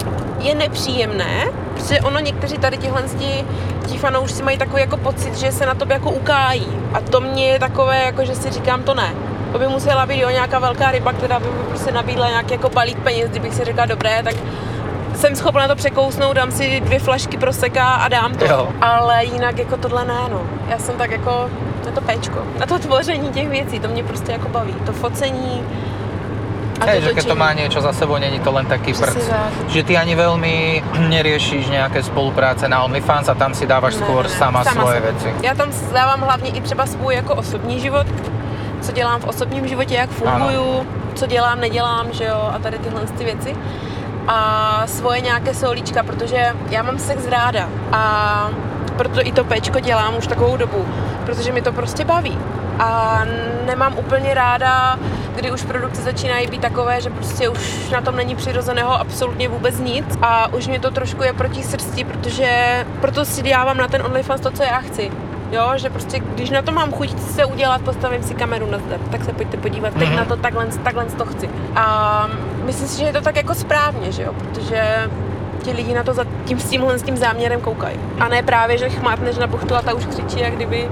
je nepříjemné, protože ono někteří tady tihle ti fanoušci mají takový jako pocit, že se na tobě jako ukájí. A to mě je takové, jako že si říkám, to ne. To by musela být jo, nějaká velká ryba, která by mi prostě nabídla nějaký jako balík peněz, kdybych si řekla, dobré, tak jsem schopna to překousnout, dám si dvě flašky proseka a dám to. Jo. Ale jinak jako tohle ne, no. Já jsem tak jako na to péčko, na to tvoření těch věcí, to mě prostě jako baví. To focení, Hej, že keď to má niečo za sebou, není to len taký prc. Že ty ani veľmi neriešiš nejaké spolupráce na OnlyFans a tam si dávaš ne, skôr ne, sama, sama svoje věci. Já tam dávám hlavně i třeba svůj jako osobní život, co dělám v osobním životě, jak funguju, ano. co dělám, nedělám, že jo, a tady tyhle ty věci. A svoje nějaké solíčka, protože já mám sex ráda a proto i to péčko dělám už takovou dobu, protože mi to prostě baví. A nemám úplně ráda, kdy už produkce začínají být takové, že prostě už na tom není přirozeného absolutně vůbec nic a už mě to trošku je proti srsti, protože proto si dávám na ten OnlyFans to, co já chci. Jo, že prostě když na to mám chuť se udělat, postavím si kameru na zdar, tak se pojďte podívat, teď mm-hmm. na to takhle, takhle to chci. A myslím si, že je to tak jako správně, že jo, protože ti lidi na to za tím, s tímhle s tím záměrem koukají. A ne právě, že chmátneš na buchtu a ta už křičí, jak kdyby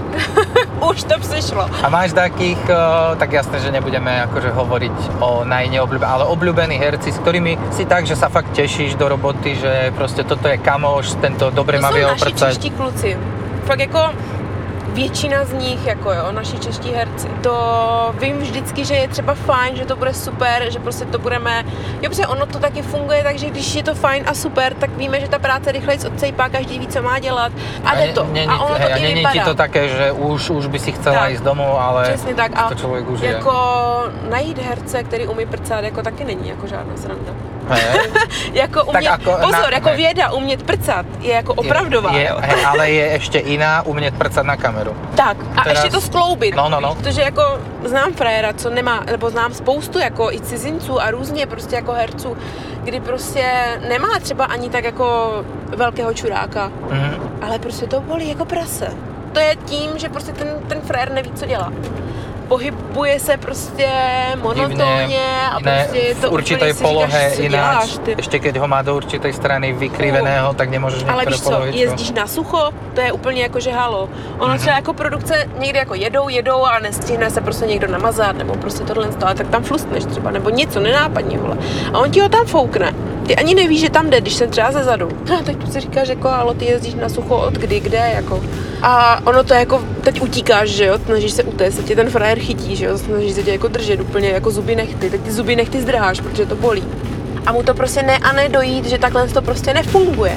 už to přišlo. A máš takých, tak jasné, že nebudeme akože hovoriť o najneobľúbených, ale obľúbení herci, s ktorými si tak, že sa fakt tešíš do roboty, že prostě toto je kamoš, tento dobre má vyho prcať. To jsou naši čeští kluci. Fakt jako většina z nich, jako jo, naši čeští herci. To vím vždycky, že je třeba fajn, že to bude super, že prostě to budeme, jo, protože ono to taky funguje, takže když je to fajn a super, tak víme, že ta práce rychleji odsejpá, každý ví, co má dělat a jde to. Ne, ne, a ono hej, to a i není vypadá. ti to také, že už, už by si chcela tak, jít domů, ale přesně tak. A to člověk užije. Jako najít herce, který umí prcat, jako taky není jako žádná sranda. jako umět, jako, pozor, na, jako hej. Věda, umět prcat je jako opravdová, je, je, jo. Hej, ale je ještě jiná umět prcat na kameru. Tak, a Teraz... ještě to skloubit, no, no, no. protože jako znám frajera, co nemá, nebo znám spoustu jako i cizinců a různě prostě jako herců, kdy prostě nemá třeba ani tak jako velkého čuráka, mm-hmm. ale prostě to bolí jako prase. To je tím, že prostě ten, ten frajer neví, co dělá. Pohybuje se prostě monotónně a prostě je to v určitej úplně polohe si říkáš, ináč. děláš, Ještě keď ho má do určitej strany vykriveného, tak nemůžeš některé ale víš co, polovičku. jezdíš na sucho, to je úplně jako že halo. Ono mm-hmm. třeba jako produkce někdy jako jedou, jedou a nestihne se prostě někdo namazat nebo prostě tohle ale tak tam flustneš třeba nebo něco nenápadně, vole. A on ti ho tam foukne. Ty ani nevíš, že tam jde, když jsem třeba ze zadu. No, teď si říkáš, jako, ale ty jezdíš na sucho od kdy, kde, jako. A ono to jako, teď utíkáš, že jo, snažíš se utéct, tě ten frajer chytí, že jo, snažíš se tě jako držet úplně jako zuby nechty, teď ty zuby nechty zdrháš, protože to bolí. A mu to prostě ne a ne dojít, že takhle to prostě nefunguje.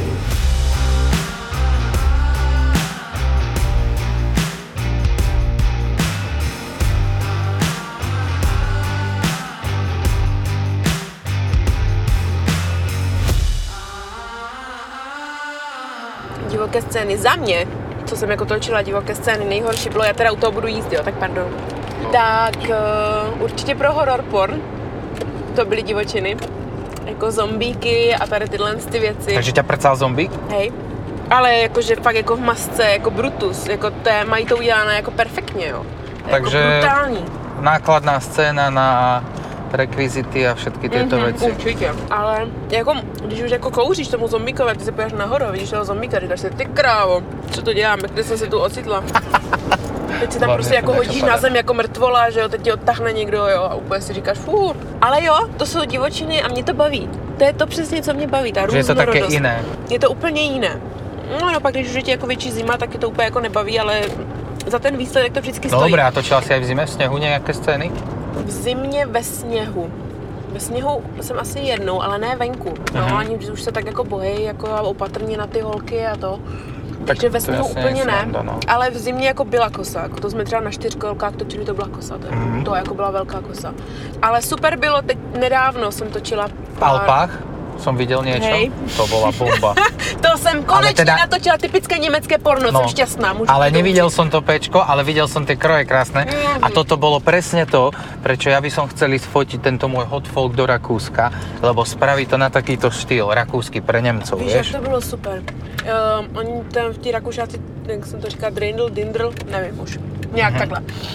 Divoké scény za mě, co jsem jako točila divoké scény, nejhorší bylo, já teda u toho budu jíst, jo, tak pardon. Tak uh, určitě pro horror porn, to byly divočiny, jako zombíky a tady tyhle ty věci. Takže tě prcal zombík? Hej, ale jakože fakt jako v masce, jako Brutus, jako to je, mají to udělané jako perfektně, jo. Takže jako brutální. Nákladná scéna na rekvizity a všetky tyto mm-hmm, věci. Určitě, ale jako, když už jako kouříš tomu zombíkovi, ty se pojáš nahoru, vidíš toho zombíka, říkáš si, ty krávo, co to děláme, kde jsem se tu ocitla. Teď si tam prostě jako hodíš na zem jako mrtvola, že jo, teď ti odtahne někdo, jo, a úplně si říkáš, fů. Ale jo, to jsou divočiny a mě to baví. To je to přesně, co mě baví, ta různorodost. Že je to také jiné. Je to úplně jiné. No, no pak, když už je ti jako větší zima, tak je to úplně jako nebaví, ale za ten výsledek to vždycky stojí. Dobré, a točila si aj v zime v sněhu nějaké scény? V zimě ve sněhu. Ve sněhu jsem asi jednou, ale ne venku. No, uh-huh. Ani už se tak jako bojí, jako opatrně na ty holky a to. Takže ve sněhu úplně ne, sranda, no. Ale v zimě jako byla kosa. Jako to jsme třeba na čtyřkolkách točili, to byla kosa. To, mm-hmm. to jako byla velká kosa. Ale super bylo, teď nedávno jsem točila v Alpách? Som viděl něco? Hej. To byla bomba. To jsem konečně teda... natočila typické německé porno, no, jsem šťastná. Můžu ale neviděl som to péčko, ale viděl som tie kroje krásne. Mm-hmm. A toto bolo presne to, prečo ja by som chcel ísť fotiť tento môj hot folk do Rakúska, lebo spraví to na takýto štýl, rakúsky pre Nemcov, víš? Víš, to bylo super. Um, oni tam v tí Rakúšáci, jak jsem to říkala, drindl, dindl, nevím už, nějak mm-hmm. takhle.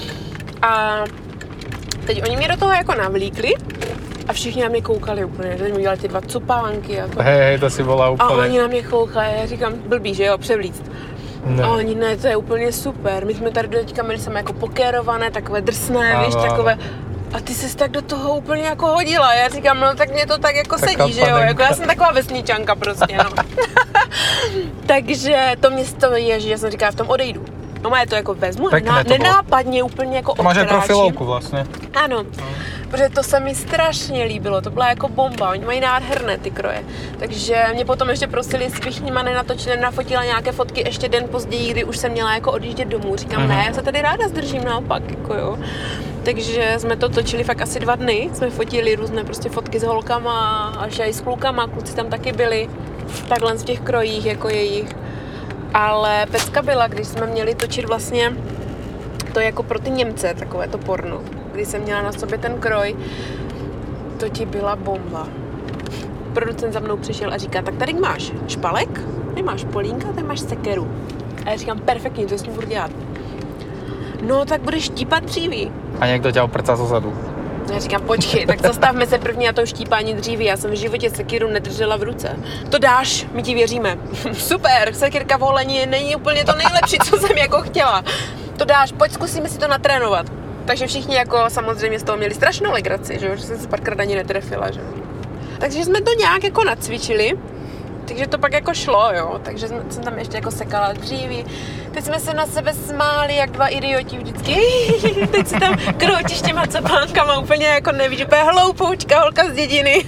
A teď oni mě do toho jako navlíkli, a všichni na mě koukali úplně, teď mi dělali ty dva cupánky a to. Hej, hej, to si byla úplně. A oni na mě koukali, já říkám, blbý, že jo, převlíct. Ne. A oni, ne, to je úplně super, my jsme tady teďka měli jsme jako pokérované, takové drsné, a, víš, a, takové. A ty ses tak do toho úplně jako hodila, já říkám, no tak mě to tak jako Taká sedí, že jo, jako já jsem taková vesničanka prostě, no. Takže to mě to je, že já jsem říkala, v tom odejdu. No má je to jako vezmu, Pekné nená, to nenápadně úplně jako to máš aj profilovku vlastně. Ano. No. protože to se mi strašně líbilo, to byla jako bomba, oni mají nádherné ty kroje. Takže mě potom ještě prosili, jestli bych nima nenatočila, nenafotila nějaké fotky ještě den později, kdy už jsem měla jako odjíždět domů. Říkám, mm-hmm. ne, já se tady ráda zdržím, naopak, jako jo. Takže jsme to točili fakt asi dva dny, jsme fotili různé prostě fotky s holkama, až i s klukama, kluci tam taky byli, takhle v těch krojích jako jejich. Ale pecka byla, když jsme měli točit vlastně to jako pro ty Němce, takové to porno, když jsem měla na sobě ten kroj, to ti byla bomba. Producent za mnou přišel a říká, tak tady máš špalek, tady máš polínka, tady máš sekeru. A já říkám, perfektní, to s tím budu dělat. No, tak budeš štípat dříví. A někdo ťa oprcá zozadu. Já říkám, počkej, tak zastavme se první na to štípání dříví. Já jsem v životě sekiru nedržela v ruce. To dáš, my ti věříme. Super, sekirka v holení není úplně to nejlepší, co jsem jako chtěla. To dáš, pojď zkusíme si to natrénovat. Takže všichni jako samozřejmě z toho měli strašnou legraci, že, že jsem se párkrát ani netrefila. Že? Takže jsme to nějak jako nacvičili. Takže to pak jako šlo, jo, takže jsem tam ještě jako sekala dříví. Teď jsme se na sebe smáli, jak dva idioti vždycky. Teď si tam kroutíš těma cepánkama, úplně jako nevíš, úplně hloupoučka, holka z dědiny.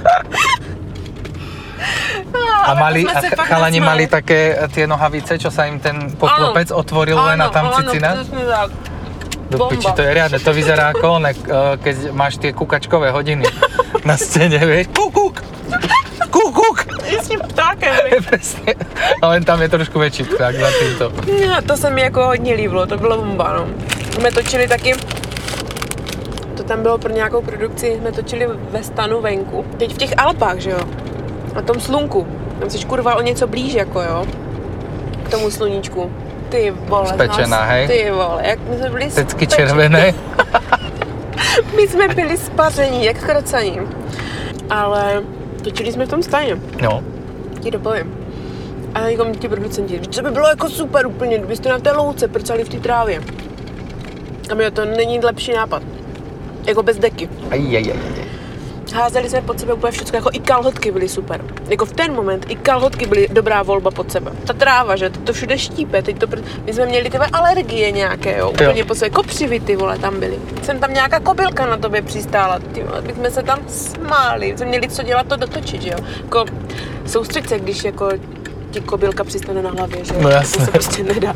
No, a mali, a chalani mali také tie nohavice, čo sa im ten poklopec ano, otvoril len na tam cicina? Áno, presne tak. Do piči, to je riadne, to vyzerá ako one, keď máš tie kukačkové hodiny na scéne, vieš, kuk, kuk, kuk, kuk. S tím ptákem, presne, a len tam je trošku väčší pták za týmto. Ja, to sa mi jako hodně líbilo, to bylo bomba, no. Jsme točili taky, to tam bylo pro nějakou produkci, jsme točili ve stanu venku, teď v těch Alpách, že jo, na tom slunku, tam jsi kurva o něco blíž, jako jo, k tomu sluníčku. Ty vole, spečená, hej? Ty vole, jak my jsme byli Tecky červené. My jsme byli spaření, jak chrocaní. Ale točili jsme v tom staně. No. Ti dopovím. A jako ti producenti, víš, co by bylo jako super úplně, kdybyste na té louce prcali v té trávě. A mě to není lepší nápad. Jako bez deky. Aj, aj, aj. Házeli jsme pod sebe úplně všechno, jako i kalhotky byly super. Jako v ten moment i kalhotky byly dobrá volba pod sebe. Ta tráva, že, to všude štípe, teď to, my jsme měli tyhle alergie nějaké, jo, úplně po sebe, kopřivy ty vole tam byly. Jsem tam nějaká kobylka na tobě přistála, ty vole, my jsme se tam smáli, jsme měli co dělat, to dotočit, že jo. Jako soustřeď se, když jako ti kobylka přistane na hlavě, že jo, no jasné. To se prostě nedá.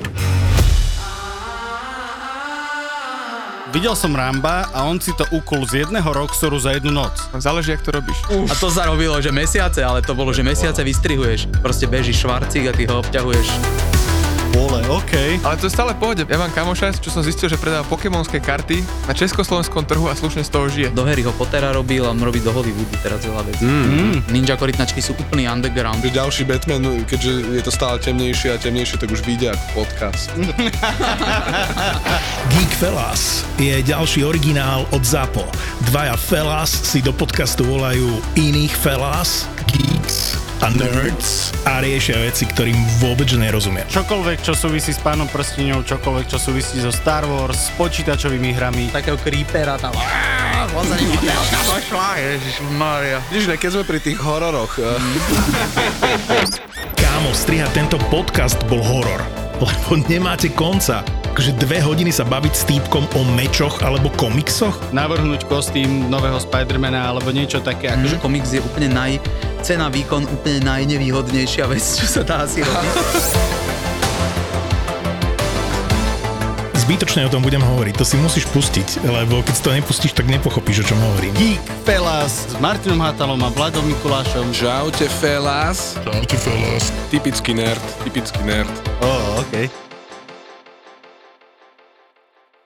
Videl som Ramba a on si to ukol z jedného Roxoru za jednu noc. Záleží, jak to robíš. A to zarobilo, že mesiace, ale to bolo, že mesiace vystrihuješ. Proste bežíš švarcík a ty ho obťahuješ. Vole, okej. Okay. Ale to je stále v pohode. Ja mám kamoša, čo som zistil, že predáva pokémonské karty na československom trhu a slušne z toho žije. Do Harryho Pottera robil a on robí do Hollywoodu teraz veľa vecí. Mm. Ninja korytnačky sú úplný underground. Ďalší Batman, keďže je to stále temnejšie a temnejšie, tak už vyjde ako podcast. Geek Fellas je ďalší originál od ZAPO. Dvaja Fellas si do podcastu volajú iných Fellas, Geeks a Nerds a riešia veci, ktorým vôbec nerozumia. Čokoľvek, čo súvisí s Pánom prsteňov, čokoľvek, čo súvisí so Star Wars, s počítačovými hrami. Takého creepera tam. Ježišmária. Vidíš, keď sme pri tých hororoch. Kámo, strihať tento podcast bol horor, lebo nemáte konca. Takže dve hodiny sa baviť s týpkom o mečoch alebo komiksoch? Navrhnúť kostým nového Spidermana alebo niečo také. Mm. Akože komiks je úplne naj... Cena, výkon úplne najnevýhodnejšia vec, čo sa dá asi robiť. Zbytočne o tom budem hovoriť, to si musíš pustiť, lebo keď si to nepustíš, tak nepochopíš, o čom hovorím. Geek Fellas s Martinom Hatalom a Vladom Mikulášom. Čaute, Fellas. Čaute, Fellas. Typický nerd, typický nerd. Ó, oh, okej. Okay.